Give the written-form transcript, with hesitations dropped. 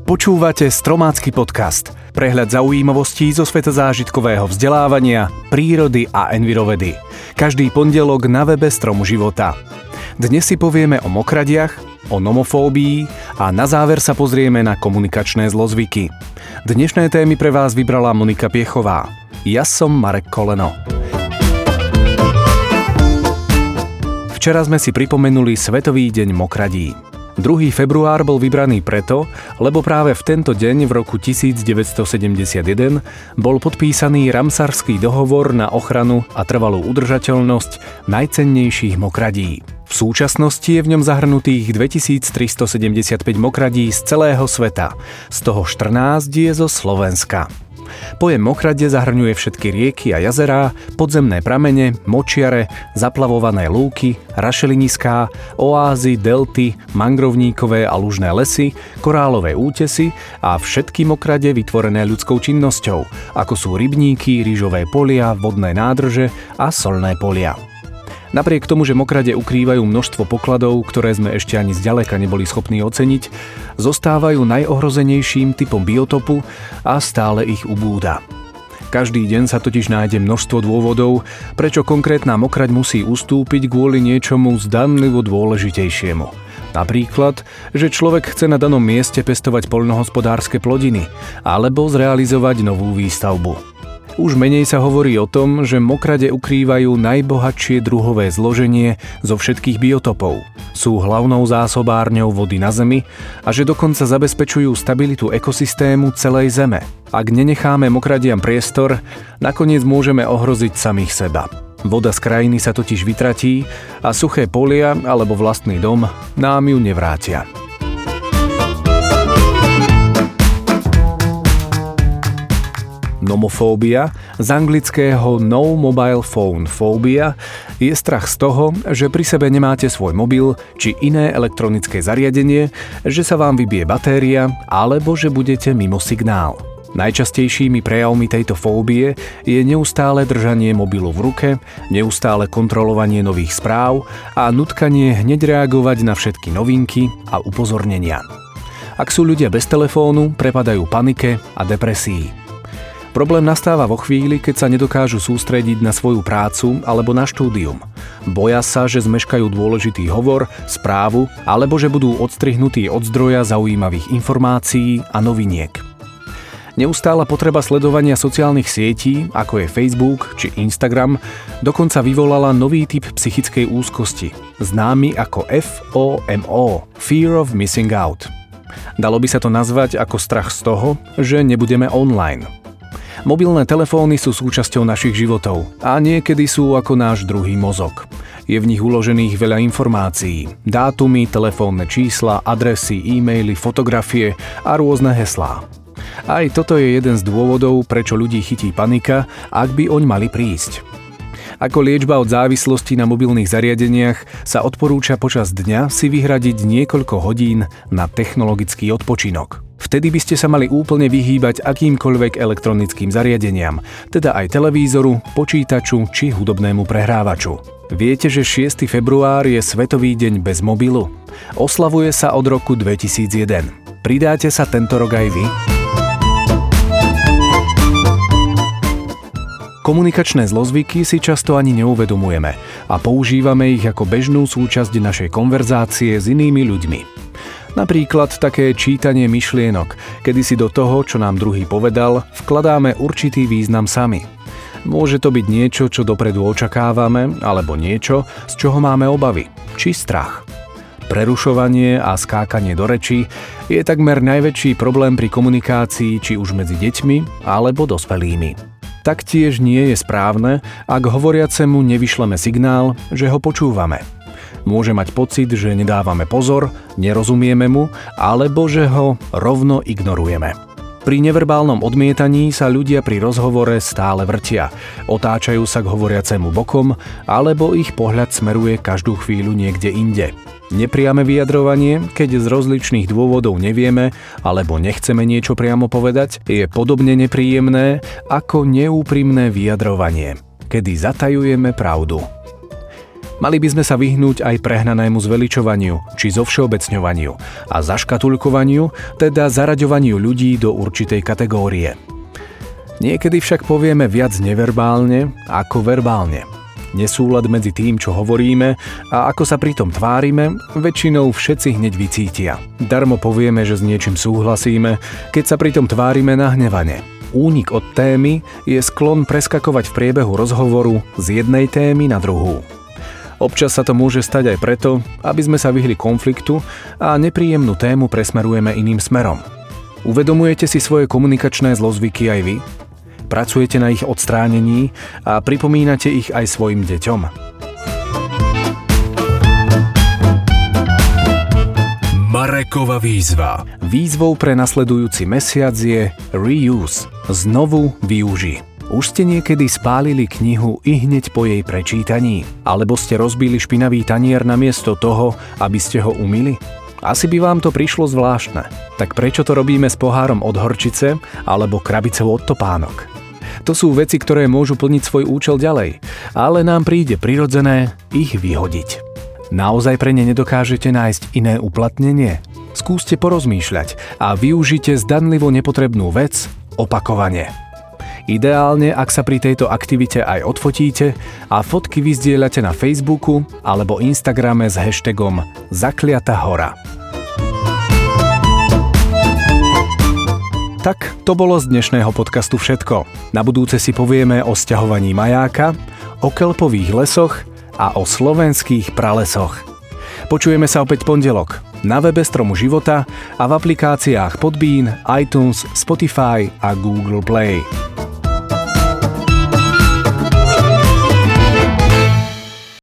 Počúvate Stromácky podcast. Prehľad zaujímavostí zo sveta zážitkového vzdelávania, prírody a envirovedy. Každý pondelok na webe Stromu života. Dnes si povieme o mokradiach, o nomofóbii a na záver sa pozrieme na komunikačné zlozvyky. Dnešné témy pre vás vybrala Monika Piechová. Ja som Marek Koleno. Včera sme si pripomenuli Svetový deň mokradí. 2. február bol vybraný preto, lebo práve v tento deň v roku 1971 bol podpísaný Ramsarský dohovor na ochranu a trvalú udržateľnosť najcennejších mokradí. V súčasnosti je v ňom zahrnutých 2375 mokradí z celého sveta, z toho 14 je zo Slovenska. Pojem mokrade zahrňuje všetky rieky a jazerá, podzemné pramene, močiare, zaplavované lúky, rašeliniská, oázy, delty, mangrovníkové a lužné lesy, korálové útesy a všetky mokrade vytvorené ľudskou činnosťou, ako sú rybníky, rýžové polia, vodné nádrže a soľné polia. Napriek tomu, že mokrade ukrývajú množstvo pokladov, ktoré sme ešte ani zďaleka neboli schopní oceniť, zostávajú najohrozenejším typom biotopu a stále ich ubúda. Každý deň sa totiž nájde množstvo dôvodov, prečo konkrétna mokraď musí ustúpiť kvôli niečomu zdanlivo dôležitejšiemu. Napríklad, že človek chce na danom mieste pestovať poľnohospodárske plodiny alebo zrealizovať novú výstavbu. Už menej sa hovorí o tom, že mokrade ukrývajú najbohatšie druhové zloženie zo všetkých biotopov. Sú hlavnou zásobárňou vody na Zemi a že dokonca zabezpečujú stabilitu ekosystému celej Zeme. Ak nenecháme mokradiam priestor, nakoniec môžeme ohroziť samých seba. Voda z krajiny sa totiž vytratí a suché polia alebo vlastný dom nám ju nevrátia. Nomofóbia, z anglického no mobile phone phobia, je strach z toho, že pri sebe nemáte svoj mobil či iné elektronické zariadenie, že sa vám vybije batéria alebo že budete mimo signál. Najčastejšími prejavmi tejto fóbie je neustále držanie mobilu v ruke, neustále kontrolovanie nových správ a nutkanie hneď reagovať na všetky novinky a upozornenia. Ak sú ľudia bez telefónu, prepadajú panike a depresii. Problém nastáva vo chvíli, keď sa nedokážu sústrediť na svoju prácu alebo na štúdium. Boja sa, že zmeškajú dôležitý hovor, správu alebo že budú odstrihnutí od zdroja zaujímavých informácií a noviniek. Neustála potreba sledovania sociálnych sietí, ako je Facebook či Instagram, dokonca vyvolala nový typ psychickej úzkosti, známy ako FOMO, Fear of Missing Out. Dalo by sa to nazvať ako strach z toho, že nebudeme online. Mobilné telefóny sú súčasťou našich životov a niekedy sú ako náš druhý mozog. Je v nich uložených veľa informácií, dátumy, telefónne čísla, adresy, e-maily, fotografie a rôzne heslá. Aj toto je jeden z dôvodov, prečo ľudí chytí panika, ak by oň mali prísť. Ako liečba od závislosti na mobilných zariadeniach sa odporúča počas dňa si vyhradiť niekoľko hodín na technologický odpočinok. Vtedy by ste sa mali úplne vyhýbať akýmkoľvek elektronickým zariadeniam, teda aj televízoru, počítaču či hudobnému prehrávaču. Viete, že 6. február je Svetový deň bez mobilu? Oslavuje sa od roku 2001. Pridáte sa tento rok aj vy? Komunikačné zlozvyky si často ani neuvedomujeme a používame ich ako bežnú súčasť našej konverzácie s inými ľuďmi. Napríklad také čítanie myšlienok, kedy si do toho, čo nám druhý povedal, vkladáme určitý význam sami. Môže to byť niečo, čo dopredu očakávame, alebo niečo, z čoho máme obavy, či strach. Prerušovanie a skákanie do rečí je takmer najväčší problém pri komunikácii, či už medzi deťmi, alebo dospelými. Taktiež nie je správne, ak hovoriacemu nevyšleme signál, že ho počúvame. Môže mať pocit, že nedávame pozor, nerozumieme mu, alebo že ho rovno ignorujeme. Pri neverbálnom odmietaní sa ľudia pri rozhovore stále vrtia, otáčajú sa k hovoriacemu bokom, alebo ich pohľad smeruje každú chvíľu niekde inde. Nepriame vyjadrovanie, keď z rozličných dôvodov nevieme alebo nechceme niečo priamo povedať, je podobne nepríjemné ako neúprimné vyjadrovanie, kedy zatajujeme pravdu. Mali by sme sa vyhnúť aj prehnanému zveličovaniu či zovšeobecňovaniu a zaškatuľkovaniu, teda zaraďovaniu ľudí do určitej kategórie. Niekedy však povieme viac neverbálne ako verbálne. Nesúlad medzi tým, čo hovoríme a ako sa pritom tvárime, väčšinou všetci hneď vycítia. Darmo povieme, že s niečím súhlasíme, keď sa pritom tvárime nahnevane. Únik od témy je sklon preskakovať v priebehu rozhovoru z jednej témy na druhú. Občas sa to môže stať aj preto, aby sme sa vyhli konfliktu a nepríjemnú tému presmerujeme iným smerom. Uvedomujete si svoje komunikačné zlozvyky aj vy? Pracujete na ich odstránení a pripomínate ich aj svojim deťom? Marekova výzva. Výzvou pre nasledujúci mesiac je Reuse. Znovu využi. Už ste niekedy spálili knihu i hneď po jej prečítaní? Alebo ste rozbili špinavý tanier namiesto toho, aby ste ho umyli? Asi by vám to prišlo zvláštne. Tak prečo to robíme s pohárom od horčice alebo krabicou od topánok? To sú veci, ktoré môžu plniť svoj účel ďalej, ale nám príde prirodzené ich vyhodiť. Naozaj pre ne nedokážete nájsť iné uplatnenie? Skúste porozmýšľať a využite zdanlivo nepotrebnú vec opakovane. Ideálne, ak sa pri tejto aktivite aj odfotíte a fotky vyzdieľate na Facebooku alebo Instagrame s hashtagom Zakliata hora. Tak, to bolo z dnešného podcastu všetko. Na budúce si povieme o sťahovaní majáka, o kelpových lesoch a o slovenských pralesoch. Počujeme sa opäť pondelok na webe Stromu života a v aplikáciách Podbean, iTunes, Spotify a Google Play.